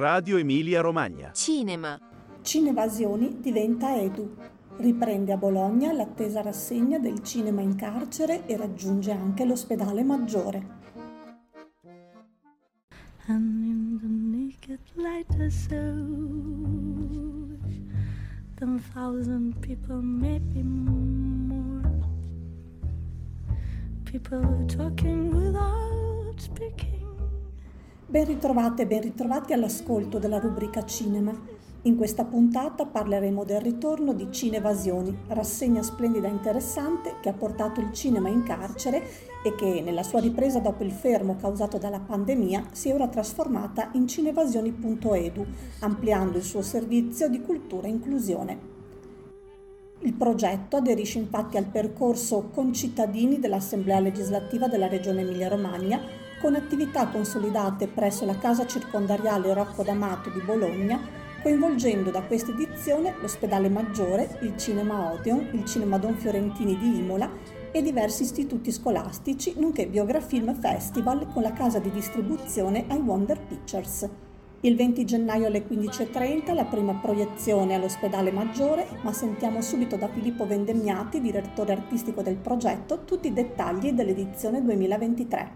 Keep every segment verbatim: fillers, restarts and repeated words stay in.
Radio Emilia Romagna. Cinema. Cinevasioni diventa Edu. Riprende a Bologna l'attesa rassegna del cinema in carcere e raggiunge anche l'ospedale Maggiore. And in the naked light I saw ten thousand people, maybe more. People talking without speaking. Ben ritrovate e ben ritrovati all'ascolto della rubrica Cinema. In questa puntata parleremo del ritorno di Cinevasioni, rassegna splendida e interessante che ha portato il cinema in carcere e che nella sua ripresa dopo il fermo causato dalla pandemia si è ora trasformata in cinevasioni punto edu, ampliando il suo servizio di cultura e inclusione. Il progetto aderisce infatti al percorso Concittadini dell'Assemblea legislativa della Regione Emilia-Romagna, con attività consolidate presso la Casa Circondariale Rocco D'Amato di Bologna, coinvolgendo da questa edizione l'Ospedale Maggiore, il Cinema Odeon, il Cinema Don Fiorentini di Imola e diversi istituti scolastici, nonché Biografilm Festival con la casa di distribuzione I Wonder Pictures. Il venti gennaio alle quindici e trenta la prima proiezione all'Ospedale Maggiore, ma sentiamo subito da Filippo Vendemmiati, direttore artistico del progetto, tutti i dettagli dell'edizione duemilaventitré.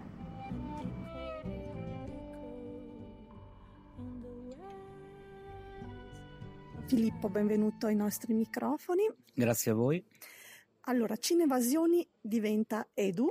Filippo, benvenuto ai nostri microfoni. Grazie a voi. Allora, Cinevasioni diventa Edu,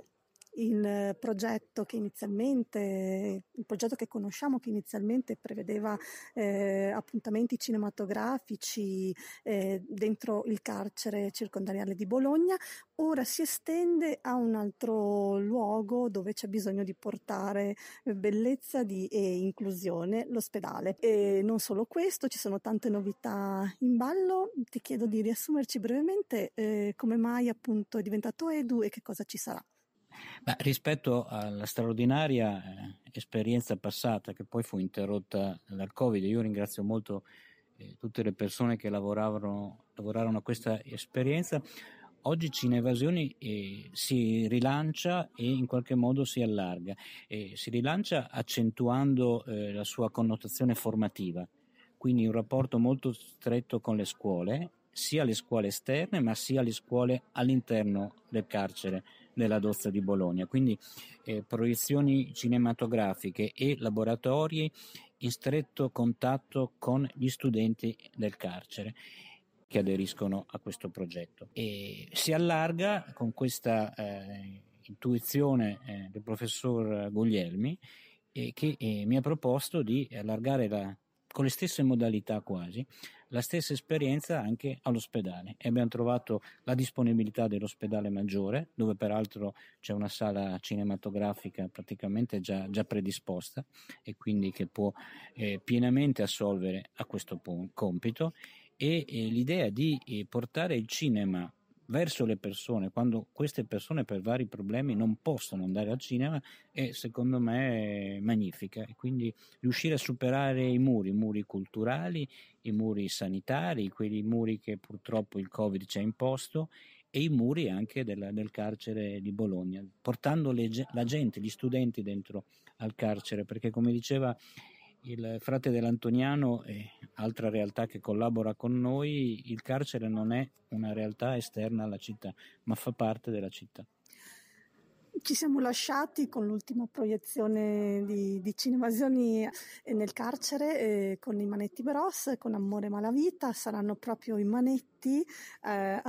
il progetto che inizialmente, il progetto che conosciamo che inizialmente prevedeva eh, appuntamenti cinematografici eh, dentro il carcere circondariale di Bologna, ora si estende a un altro luogo dove c'è bisogno di portare bellezza di, e inclusione, l'ospedale. E non solo questo, ci sono tante novità in ballo. Ti chiedo di riassumerci brevemente eh, come mai appunto è diventato Edu e che cosa ci sarà. Beh, rispetto alla straordinaria eh, esperienza passata che poi fu interrotta dal Covid, io ringrazio molto eh, tutte le persone che lavoravano, lavorarono a questa esperienza. Oggi Cinevasioni eh, si rilancia e in qualche modo si allarga, eh, si rilancia accentuando eh, la sua connotazione formativa, quindi un rapporto molto stretto con le scuole, sia le scuole esterne ma sia le scuole all'interno del carcere della Dozza di Bologna, quindi eh, proiezioni cinematografiche e laboratori in stretto contatto con gli studenti del carcere che aderiscono a questo progetto. E si allarga con questa eh, intuizione eh, del professor Guglielmi eh, che eh, mi ha proposto di allargare la, con le stesse modalità quasi la stessa esperienza anche all'ospedale e abbiamo trovato la disponibilità dell'ospedale Maggiore, dove peraltro c'è una sala cinematografica praticamente già, già predisposta e quindi che può eh, pienamente assolvere a questo compito e eh, l'idea di eh, portare il cinema verso le persone quando queste persone per vari problemi non possono andare al cinema è secondo me magnifica e quindi riuscire a superare i muri, i muri culturali, i muri sanitari, quei muri che purtroppo il Covid ci ha imposto e i muri anche del, del carcere di Bologna, portando le, la gente, gli studenti dentro al carcere, perché come diceva il frate dell'Antoniano, eh, altra realtà che collabora con noi, il carcere non è una realtà esterna alla città, ma fa parte della città. Ci siamo lasciati con l'ultima proiezione di, di Cinevasioni nel carcere eh, con i Manetti Bros, con Amore Malavita. Saranno proprio i Manetti eh, a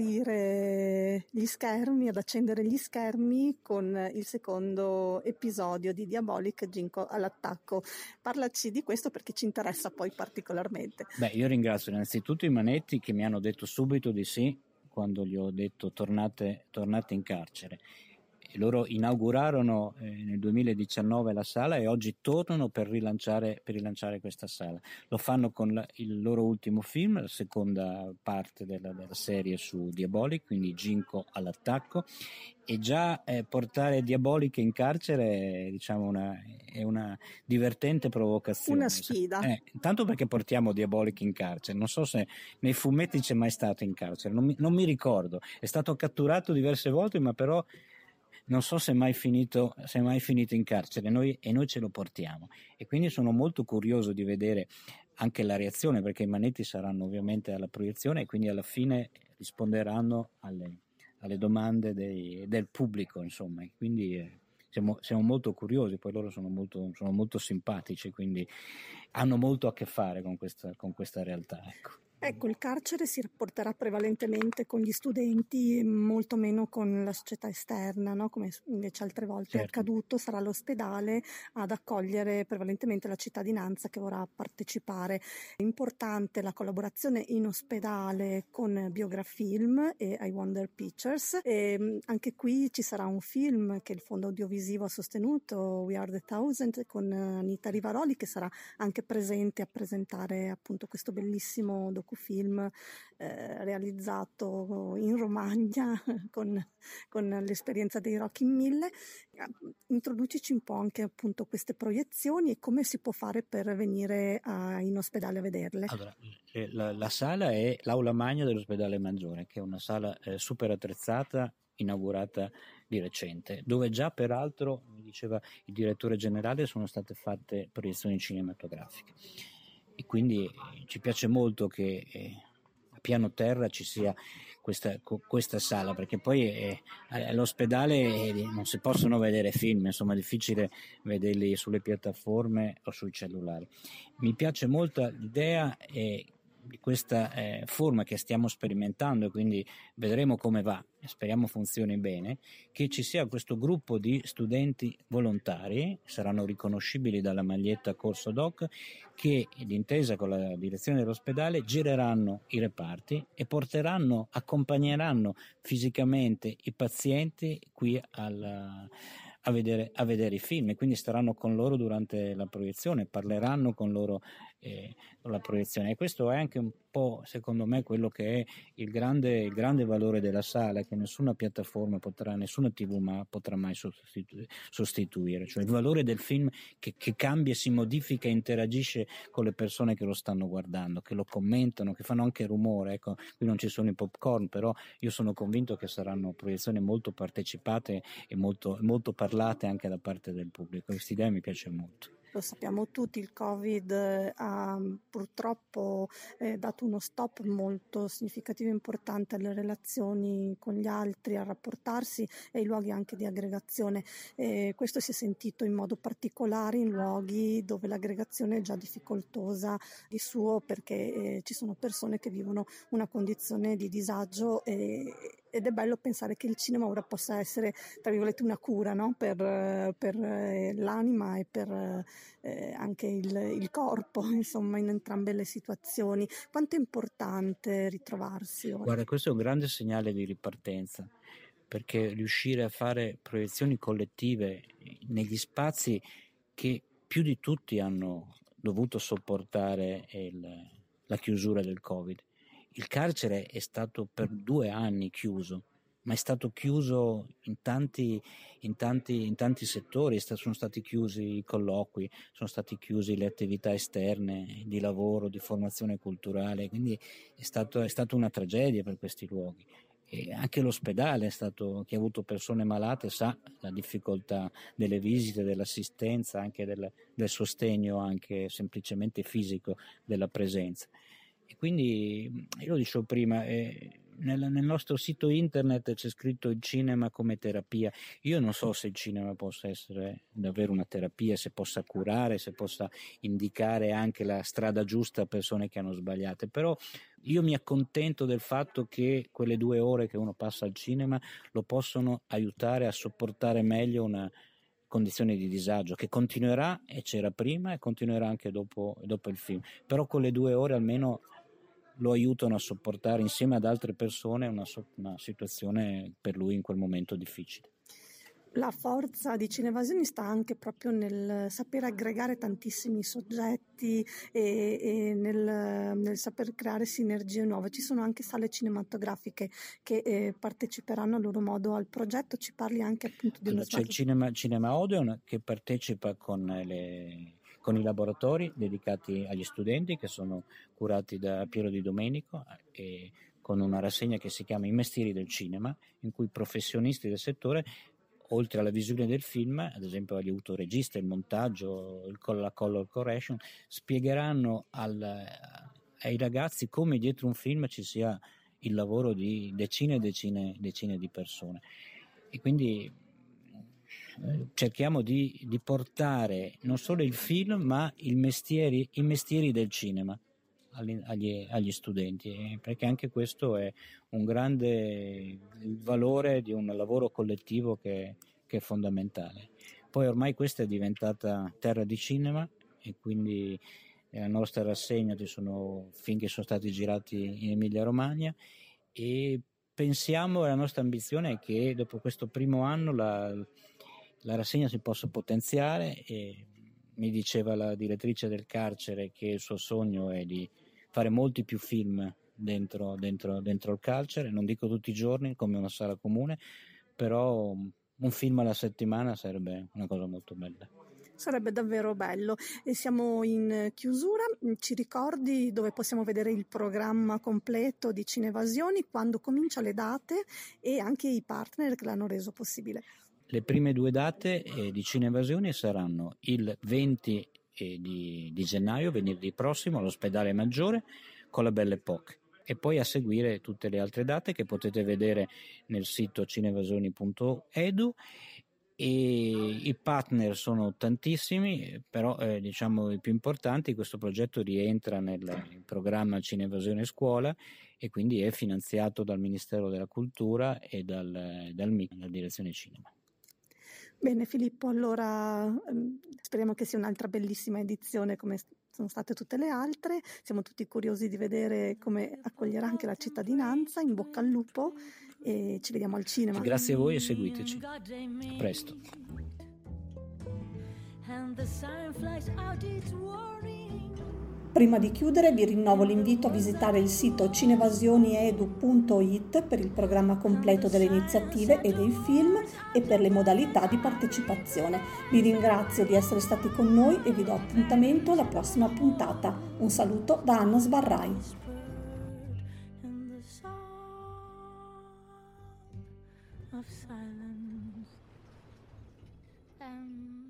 riaprire gli schermi, ad accendere gli schermi con il secondo episodio di Diabolic, Ginko all'attacco. Parlaci di questo perché ci interessa poi particolarmente. Beh, io ringrazio innanzitutto i Manetti che mi hanno detto subito di sì quando gli ho detto tornate, tornate in carcere. Loro inaugurarono eh, nel duemiladiciannove la sala e oggi tornano per rilanciare, per rilanciare questa sala. Lo fanno con la, il loro ultimo film, la seconda parte della, della serie su Diabolic, quindi Ginko all'attacco. E già eh, portare Diabolic in carcere è, diciamo una, è una divertente provocazione. Una sfida. Eh, tanto perché portiamo Diabolic in carcere. Non so se nei fumetti c'è mai stato in carcere, non mi, non mi ricordo. È stato catturato diverse volte, ma però non so se è mai finito, se è mai finito in carcere, noi, e noi ce lo portiamo. E quindi sono molto curioso di vedere anche la reazione, perché i manetti saranno ovviamente alla proiezione e quindi alla fine risponderanno alle, alle domande dei, del pubblico, insomma. E quindi eh, siamo, siamo molto curiosi, poi loro sono molto, sono molto simpatici, quindi hanno molto a che fare con questa, con questa realtà, ecco. Ecco, il carcere si rapporterà prevalentemente con gli studenti, molto meno con la società esterna, no? Come invece altre volte è Certo. accaduto, sarà l'ospedale ad accogliere prevalentemente la cittadinanza che vorrà partecipare. È importante la collaborazione in ospedale con Biografilm e I Wonder Pictures. E anche qui ci sarà un film che il Fondo Audiovisivo ha sostenuto, We Are the Thousand, con Anita Rivaroli, che sarà anche presente a presentare appunto questo bellissimo documentario film eh, realizzato in Romagna con, con l'esperienza dei Rocky in Mille. Introducici un po' anche appunto queste proiezioni e come si può fare per venire a, in ospedale a vederle. Allora, la, la sala è l'Aula Magna dell'Ospedale Maggiore, che è una sala eh, super attrezzata, inaugurata di recente, dove già peraltro, mi diceva il direttore generale, sono state fatte proiezioni cinematografiche. E quindi ci piace molto che eh, a piano terra ci sia questa, co, questa sala, perché poi eh, all'ospedale eh, non si possono vedere film, insomma è difficile vederli sulle piattaforme o sui cellulari. Mi piace molto l'idea eh, di questa eh, forma che stiamo sperimentando, e quindi vedremo come va, speriamo funzioni bene, che ci sia questo gruppo di studenti volontari, saranno riconoscibili dalla maglietta Corso Doc, che d'intesa con la direzione dell'ospedale gireranno i reparti e porteranno, accompagneranno fisicamente i pazienti qui al, a, vedere, a vedere i film, e quindi staranno con loro durante la proiezione, parleranno con loro eh, con la proiezione. E questo è anche un po', secondo me, quello che è il grande, il grande valore della sala, che nessuna piattaforma potrà, nessuna tivù ma potrà mai sostitu- sostituire, cioè il valore del film che, che cambia, si modifica e interagisce con le persone che lo stanno guardando, che lo commentano, che fanno anche rumore. Ecco, qui non ci sono i popcorn, però io sono convinto che saranno proiezioni molto partecipate e molto, molto parlate anche da parte del pubblico. Questa idea mi piace molto. Lo sappiamo tutti, il Covid ha purtroppo eh, dato uno stop molto significativo e importante alle relazioni con gli altri, a rapportarsi e ai luoghi anche di aggregazione. E questo si è sentito in modo particolare in luoghi dove l'aggregazione è già difficoltosa di suo, perché eh, ci sono persone che vivono una condizione di disagio e, ed è bello pensare che il cinema ora possa essere, tra virgolette, una cura, no? per, per eh, l'anima e per eh, anche il, il corpo, insomma, in entrambe le situazioni. Quanto è importante ritrovarsi ora? Guarda, questo è un grande segnale di ripartenza, perché riuscire a fare proiezioni collettive negli spazi che più di tutti hanno dovuto sopportare il, la chiusura del Covid. Il carcere è stato per due anni chiuso, ma è stato chiuso in tanti, in tanti, in tanti settori. Sono stati chiusi i colloqui, sono stati chiusi le attività esterne di lavoro, di formazione culturale, quindi è stato, è stata una tragedia per questi luoghi. E anche l'ospedale è stato, chi ha avuto persone malate sa la difficoltà delle visite, dell'assistenza, anche del, del sostegno anche semplicemente fisico della presenza. E quindi io lo dicevo prima, eh, nel, nel nostro sito internet c'è scritto il cinema come terapia. Io non so se il cinema possa essere davvero una terapia, se possa curare, se possa indicare anche la strada giusta a persone che hanno sbagliato, però io mi accontento del fatto che quelle due ore che uno passa al cinema lo possono aiutare a sopportare meglio una condizione di disagio che continuerà, e c'era prima e continuerà anche dopo, dopo il film, però quelle due ore almeno lo aiutano a sopportare insieme ad altre persone una, una situazione per lui in quel momento difficile. La forza di Cinevasioni sta anche proprio nel saper aggregare tantissimi soggetti e, e nel, nel saper creare sinergie nuove. Ci sono anche sale cinematografiche che eh, parteciperanno a loro modo al progetto. Ci parli anche appunto di allora, uno c'è il cinema, cinema Odeon che partecipa con le con i laboratori dedicati agli studenti, che sono curati da Piero Di Domenico, e con una rassegna che si chiama I mestieri del cinema, in cui professionisti del settore oltre alla visione del film, ad esempio agli autoregisti, il montaggio, il, la color correction, spiegheranno al, ai ragazzi come dietro un film ci sia il lavoro di decine e decine, decine di persone. E quindi eh, cerchiamo di, di portare non solo il film, ma il mestieri, i mestieri del cinema agli, agli, agli studenti, perché anche questo è un grande valore di un lavoro collettivo che, che è fondamentale. Poi ormai questa è diventata terra di cinema e quindi nella nostra rassegna ci sono film che sono stati girati in Emilia Romagna e pensiamo, la nostra ambizione è che dopo questo primo anno la, la rassegna si possa potenziare e mi diceva la direttrice del carcere che il suo sogno è di fare molti più film dentro, dentro, dentro il carcere, non dico tutti i giorni come una sala comune, però un film alla settimana sarebbe una cosa molto bella. Sarebbe davvero bello. E siamo in chiusura, ci ricordi dove possiamo vedere il programma completo di Cinevasioni, quando comincia, le date e anche i partner che l'hanno reso possibile? Le prime due date eh, di Cinevasioni saranno il venti eh, di, di gennaio, venerdì prossimo, all'Ospedale Maggiore con la Belle Époque, e poi a seguire tutte le altre date che potete vedere nel sito cinevasioni punto edu. E i partner sono tantissimi, però eh, diciamo i più importanti. Questo progetto rientra nel programma Cinevasione Scuola e quindi è finanziato dal Ministero della Cultura e dal, dal M I C, dalla Direzione Cinema. Bene Filippo, allora ehm, speriamo che sia un'altra bellissima edizione come sono state tutte le altre. Siamo tutti curiosi di vedere come accoglierà anche la cittadinanza. In bocca al lupo e ci vediamo al cinema. Grazie a voi e seguiteci. A presto. Prima di chiudere vi rinnovo l'invito a visitare il sito cinevasioniedu punto it per il programma completo delle iniziative e dei film e per le modalità di partecipazione. Vi ringrazio di essere stati con noi e vi do appuntamento alla prossima puntata. Un saluto da Anna Sbarrai. Of silence. Um